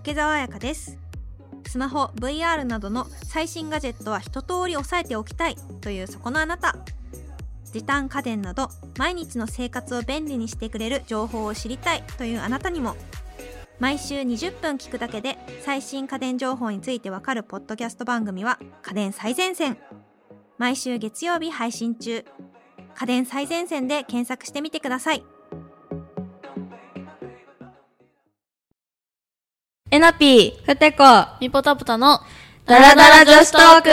池澤彩香です。スマホ、VR などの最新ガジェットは一通り押さえておきたいというそこのあなた。時短家電など毎日の生活を便利にしてくれる情報を知りたいというあなたにも、毎週20分聞くだけで最新家電情報についてわかるポッドキャスト番組は家電最前線。毎週月曜日配信中。家電最前線で検索してみてください。 えなぴー、 ふてこ、 みぽたぷたのダラダラ女子トーク。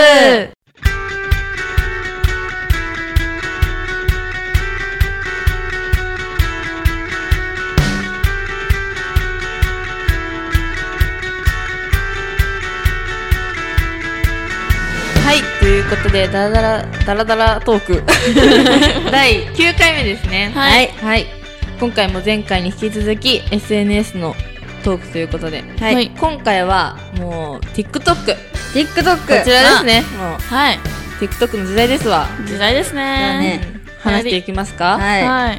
はい、ということでダラダラトーク第9回目ですね。 はい、 はい。今回も前回に引き続き SNS のトークということで、 はい、 今回はもう TikTok こちらですね。もうはい、 TikTok の時代ですわ。 時代ですね。 話していきますか。 はい。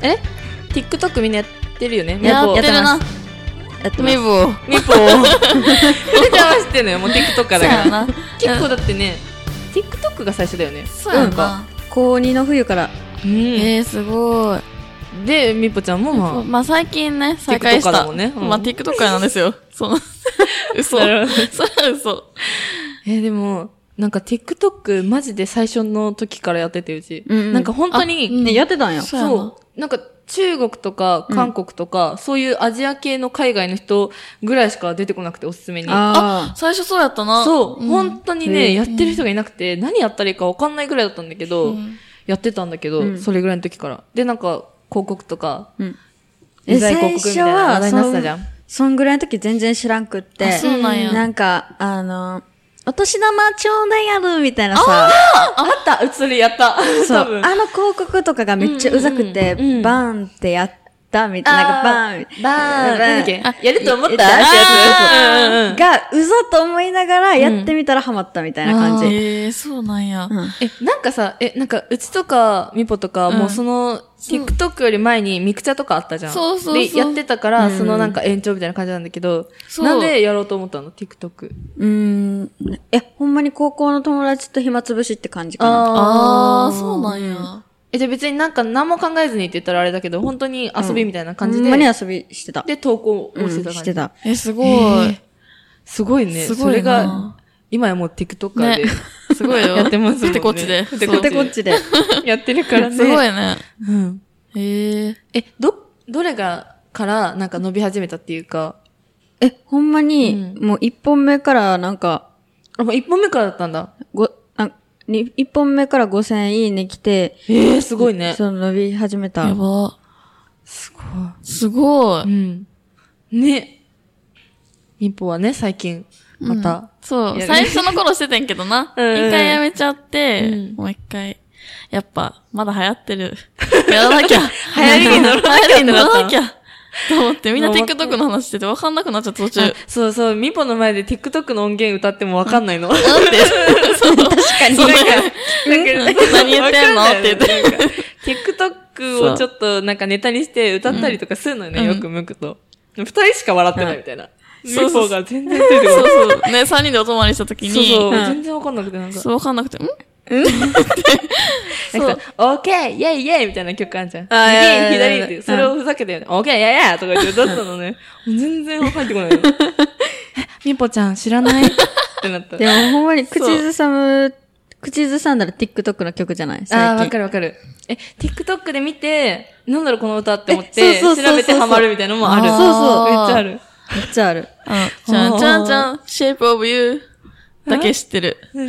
TikTok みんなやってるよね。 やってるな。 ミポみちゃんは知ってんのよ。もう TikTok だから結構だってね TikTok が最初だよね。 そうやな。 高2の冬から。 すごい。 で、みぽちゃんもまあ最近ね、再開した。 TikToker だもんね。 まあ TikToker なんですよ。嘘。それは嘘。 でも、なんか TikTok マジで最初の時からやっててうち。なんか本当に。 やってたんや。 そう。なんか中国とか韓国とか、そういうアジア系の海外の人ぐらいしか出てこなくておすすめに。 最初そうやったな。 そう。本当にね、やってる人がいなくて、何やったらいいかわかんないぐらいだったんだけど、やってたんだけど、それぐらいの時から。で、なんか、広告とか、 デザイン広告みたいな話題になってたじゃん。 そんぐらいの時全然知らんくって。 そうなんや。 なんか、お年玉ちょうだいやるみたいなさ。 あったそれやった。 そう。広告とかがめっちゃうざくて、バーンってやったみたいな。なんかバーン。なんだっけやると思ったってやつが、うざと思いながらやってみたらハマったみたいな感じ。そうなんや。 なんかさ、なんか、うちとか、みぽとか、もうその、TikTok より前にミクチャとかあったじゃん。そう。で、やってたから、そのなんか延長みたいな感じなんだけど、なんでやろうと思ったの ?TikTok。 ほんまに高校の友達と暇つぶしって感じかな。そうなんや。 じゃあ別になんか何も考えずにって言ったらあれだけど、本当に遊びみたいな感じで。 ほんまに遊びしてた。 で、投稿をしてた感じ。 してた。 すごい。すごいね。それが、今やもう TikToker で。 すごいよ。 やってますもんね。 ふてこっちで。 ふてこっちで。 やってるからね。 すごいね。 どれが、からなんか伸び始めたっていうか。 ほんまに、もう一本目からなんか。 一本目からだったんだ。 一本目から5000いいね来て。 すごいね。 伸び始めた。 やば。 すごい。 ね。一歩はね、最近、また。 そう。最初の頃してたんけどな。一回やめちゃって、もう一回。やっぱ、まだ流行ってる。やらなきゃ。 流行りに乗らなきゃ。 と思って、みんな TikTok の話してて分かんなくなっちゃった途中。 そう、ミポの前で TikTok の音源歌っても分かんないの。 なんて。そう、確かに。何言ってんのって言って。 TikTok をちょっとなんかネタにして歌ったりとかするのよね、よく向くと。二人しか笑ってないみたいな。ミポが全然ついてこない。 そう。ね、三人でお泊まりした時に。 そう、全然分かんなくてなんか。 そう、分かんなくて、 なんか、オーケーイェイイェイみたいな曲あるじゃん。右、左って、それをふざけて、オーケーイェイイェイとか言って歌ったのね。全然入ってこないの。みぽちゃん知らないってなった。 でもほんまに口ずさんだら TikTok の曲じゃない？ わかる。TikTok で見て、なんだろうこの歌って思って、調べてハマるみたいなのもある。 そう。 めっちゃある。 ちゃん、Shape of You だけ知ってる。 何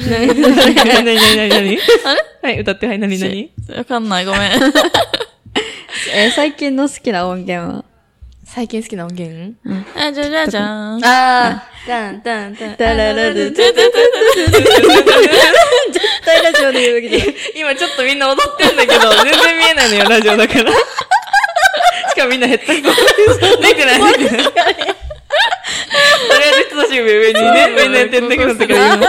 はい、歌って、はい、何わかんない、ごめん。最近の好きな音源は最近好きな音源じゃじゃん。 ダン。 ダララル。絶対ラジオで言うわけじゃない。 今ちょっとみんな踊ってんだけど、全然見えないのよ、ラジオだから。しかもみんなヘッドホン。できてない。とりあえず人差し指上にね、みんなやってんだけど、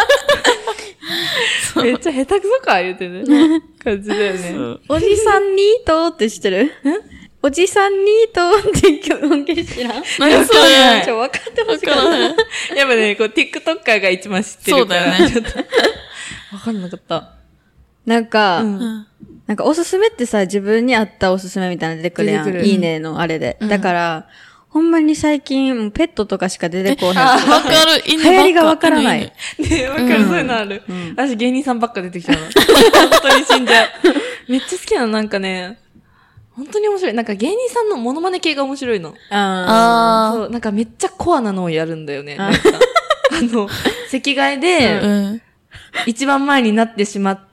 めっちゃ下手くそか言うてね。感じだよね。 おじさんニートって知ってる？ おじさんにとって音源知らん？ 何それ？ 分かってほしかった。 やっぱね、こう、TikToker が一番知ってるから。そうだよね。ちょっと。わかんなかった。 なんかおすすめってさ、自分に合ったおすすめみたいなの出てくるやん。いいねのあれで。だから、ほんまに最近、ペットとかしか出てこない。 わかる。 流行りがわからない。 ねわかる。そういうのある。私芸人さんばっか出てきたの。本当に死んじゃう。めっちゃ好きなの、なんかね、本当に面白い。なんか芸人さんのモノマネ系が面白いの。そう、なんかめっちゃコアなのをやるんだよね。なんか席替えで、一番前になってしまって、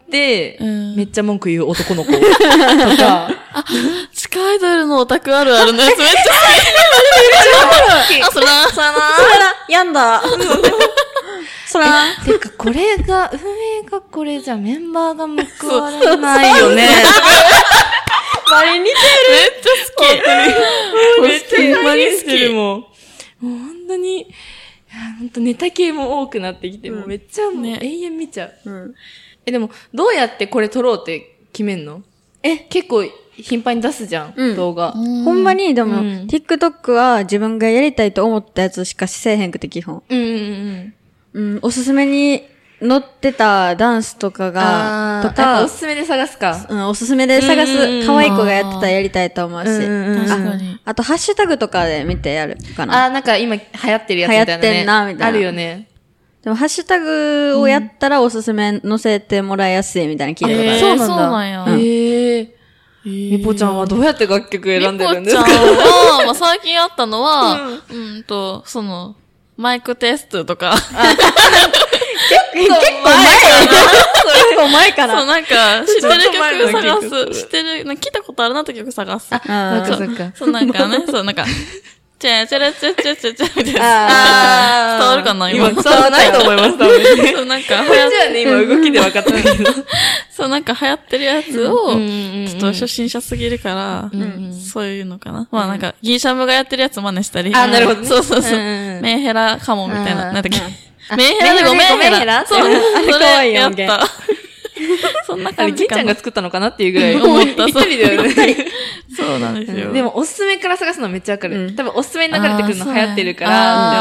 めっちゃ文句言う男の子とか。 地下アイドルのオタクあるあるのやつめっちゃ好き。そらやんだ。そらてか、これが、運営がこれじゃメンバーが報われないよね。 バリ似てる。 めっちゃ好き。めっちゃバリしてるもん。もう本当に、本当ネタ系も多くなってきて、もうめっちゃもう永遠見ちゃう。でも、どうやってこれ撮ろうって決めんの？結構頻繁に出すじゃん、動画。 ほんまに、でも、TikTok は自分がやりたいと思ったやつしかせえへんくて、基本。おすすめに載ってたダンスとかおすすめで探すか。 おすすめで探す。可愛い子がやってたらやりたいと思うし。 確かに。 あと、ハッシュタグとかで見てやるかな。 なんか今流行ってるやつみたいなね。 流行ってんな、みたいな。 あるよね。 でも、ハッシュタグをやったらおすすめ載せてもらいやすいみたいな聞いたことある。 そうなんや。 みぽちゃんはどうやって楽曲選んでるんですか？ みぽちゃんは、まあ、最近あったのは、マイクテストとか。結構前かな。 そう、なんか、知ってる曲探す。聞いたことあるなって曲探す。 そっか。 そう、なんかね、そう、なんか、チャチャラチャチャチャチャみたいな。伝わるかな今伝わらないと思います、多分。 そう、なんか、 こっちはね、今動きで分かったけど。 そう、なんか流行ってるやつを、ちょっと初心者すぎるから、そういうのかな。まあなんか、ギーシャムがやってるやつ真似したり。 なるほど。 そう。メンヘラかもみたいな。なんだっけ。メンヘラでごめんヘラ。そう、それやった。そんな感じかな。 じいちゃんが作ったのかなっていうぐらい思った。 一人だよね。 そうなんですよ。 でも、おすすめから探すのめっちゃわかる。多分、おすすめに流れてくるの流行ってるから、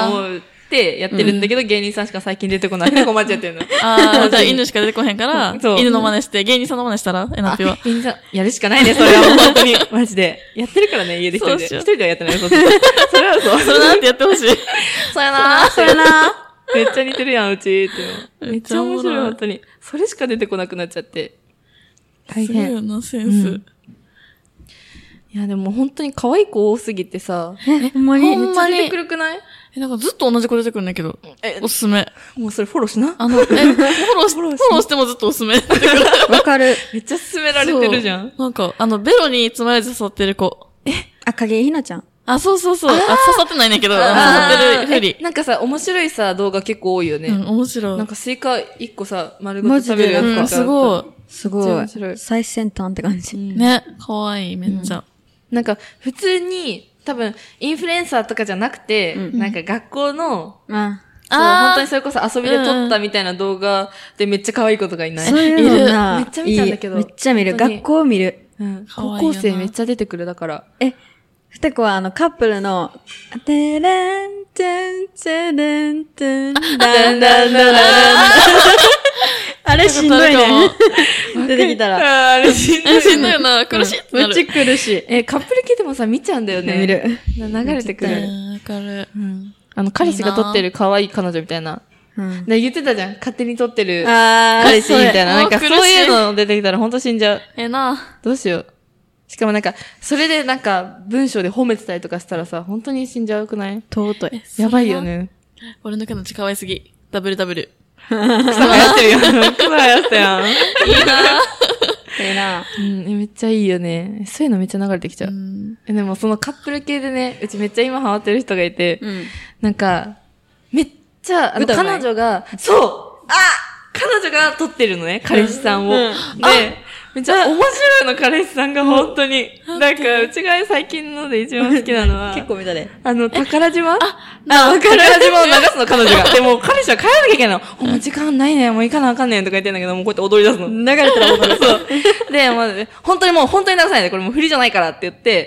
って思ってやってるんだけど、芸人さんしか最近出てこない。困っちゃってるの。 じゃあ犬しか出てこへんから、犬の真似して、芸人さんの真似したらえなぴは。 芸人さん、やるしかないね、それはもう本当に。マジで。やってるからね、家で一人で。一人ではやってないよ、それは嘘。 それなんてやってほしい。 それなめっちゃ似てるやん、うちって。めっちゃ面白い、本当に。それしか出てこなくなっちゃって。大変。 すごいな、センス。 いや、でも本当に可愛い子多すぎてさ。 ほんまにめっちゃ出てくるくない？ なんかずっと同じ子出てくるんだけど。おすすめ。 もうそれフォローしな。 フォローしてもずっとおすすめ。 わかる。 めっちゃ勧められてるじゃん。 なんか、ベロにつまようじ刺さってる子。 影井ひなちゃん。 そう。刺さってないねんけど、刺さってるふり。 なんかさ、面白いさ、動画結構多いよね。 面白い。 なんかスイカ1個さ、丸ごと食べるやつとか。 すごい。 すごい。最先端って感じ。 ね。かわいい、めっちゃ。 なんか、普通に、多分、インフルエンサーとかじゃなくて、なんか学校の、本当にそれこそ遊びで撮ったみたいな動画でめっちゃ可愛い子とかいない？ そういうのな。 めっちゃ見ちゃうんだけど。 めっちゃ見る。学校見る。 高校生めっちゃ出てくるだから。 ふたこはカップルの、てれんてんてれんてん、だんだんだんだん。あれしんどいね。出てきたら。 あれしんどい。 しんどいな。苦しい。 めっちゃ苦しい。 カップル系でもさ、見ちゃうんだよね。 見る。 流れてくる。 わかる。 彼氏が撮ってる可愛い彼女みたいな。で言ってたじゃん。勝手に撮ってる彼彼氏みたいな。なんかそういうの出てきたらほんと死んじゃう。 な。 どうしよう。しかもなんか、それでなんか、文章で褒めてたりとかしたらさ、本当に死んじゃうくない？ 尊い。 やばいよね。 俺の彼女可愛すぎ。WW。 草が流行ってるやん。草が流行ったやん。いいな。 めっちゃいいよね。そういうのめっちゃ流れてきちゃう。でもそのカップル系でね、うちめっちゃ今ハマってる人がいて、なんか、めっちゃ、彼女が、彼女が撮ってるのね、彼氏さんを。で、めっちゃ面白いの、彼氏さんが本当に。なんか、うちが最近ので一番好きなのは、 結構見たで。 宝島わかる。 宝島を流すの、彼女が。でも、彼氏は帰らなきゃいけないの。もう時間ないね、もう行かなあかんねんとか言ってんだけど、もうこうやって踊り出すの。 流れたら踊る。 そう。で、本当に流さないで、これもう振りじゃないからって言って、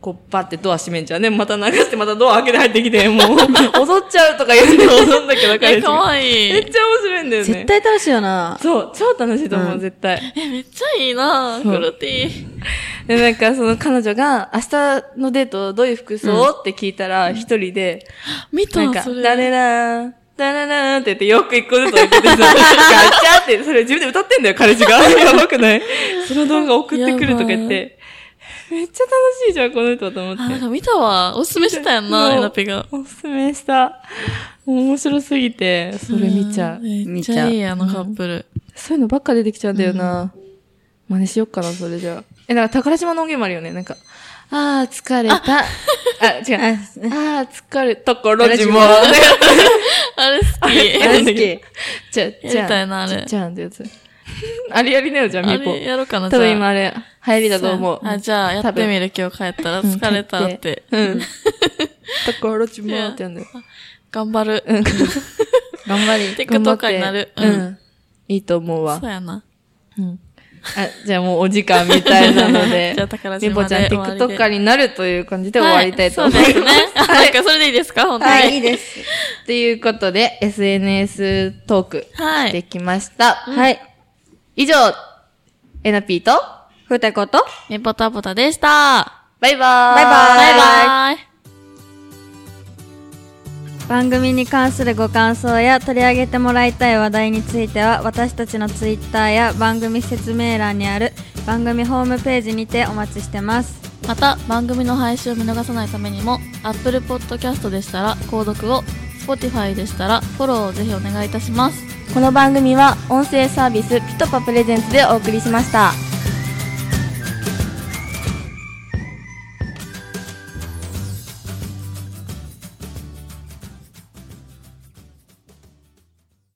こう、バってドア閉めんじゃんね。また流して、またドア開けて入ってきて、もう、踊っちゃうとか言って踊んだけど、彼氏かわいい。 めっちゃ面白いんだよね。 絶対楽しいよな。 そう、超楽しいと思う、絶対。 めっちゃいいなフルティ。 で、なんかその彼女が、明日のデートどういう服装って聞いたら、一人で、 見たなんか、 それ。 ダレラーン、ダララーンって言って、よく一個ずつ置いててさ、ガチャって、それ自分で歌ってんだよ、彼氏が。やばくないその動画送ってくるとか言って、めっちゃ楽しいじゃん、この人と思って。 なんか見たわ。おすすめしてたやんな、エナピが。 おすすめした。面白すぎて、それ見ちゃう。 めっちゃいい、あのカップル。 そういうのばっか出てきちゃうんだよな。真似しよっかな、それじゃあ。だから宝島の音源もあるよね、なんか。あー、疲れた。違う。疲れたから自慢。 あれ好き。 あれ好き。 やりたいな、あれ。 じゃんってやつ。あれやりなよ、じゃあ、みぽ。 やろうかな、 多分今あれ、流行りだと思う。 じゃあ、やってみる、今日帰ったら疲れたって。 だから自慢ってやんだよ。 頑張る。 頑張り。 TikToker になる。 いいと思うわ。 そうやな。 じゃあもうお時間みたいなので。 じゃあ宝島でみぽちゃん TikToker になるという感じで終わりたいと思います。 そうですね。なんかそれでいいですか本当に。 はい、いいです。 ということで、SNS トークできました。 はい。 以上、エナピーと、 ふたこと、 みぽたぽたでした。 バイバーイ。 バイバーイ。 バイバイ。 番組に関するご感想や取り上げてもらいたい話題については、私たちのツイッターや番組説明欄にある番組ホームページにてお待ちしてます。 また、番組の配信を見逃さないためにも、Apple Podcast でしたら購読を、Spotify でしたらフォローをぜひお願いいたします。 この番組は音声サービスピトパプレゼンツでお送りしました。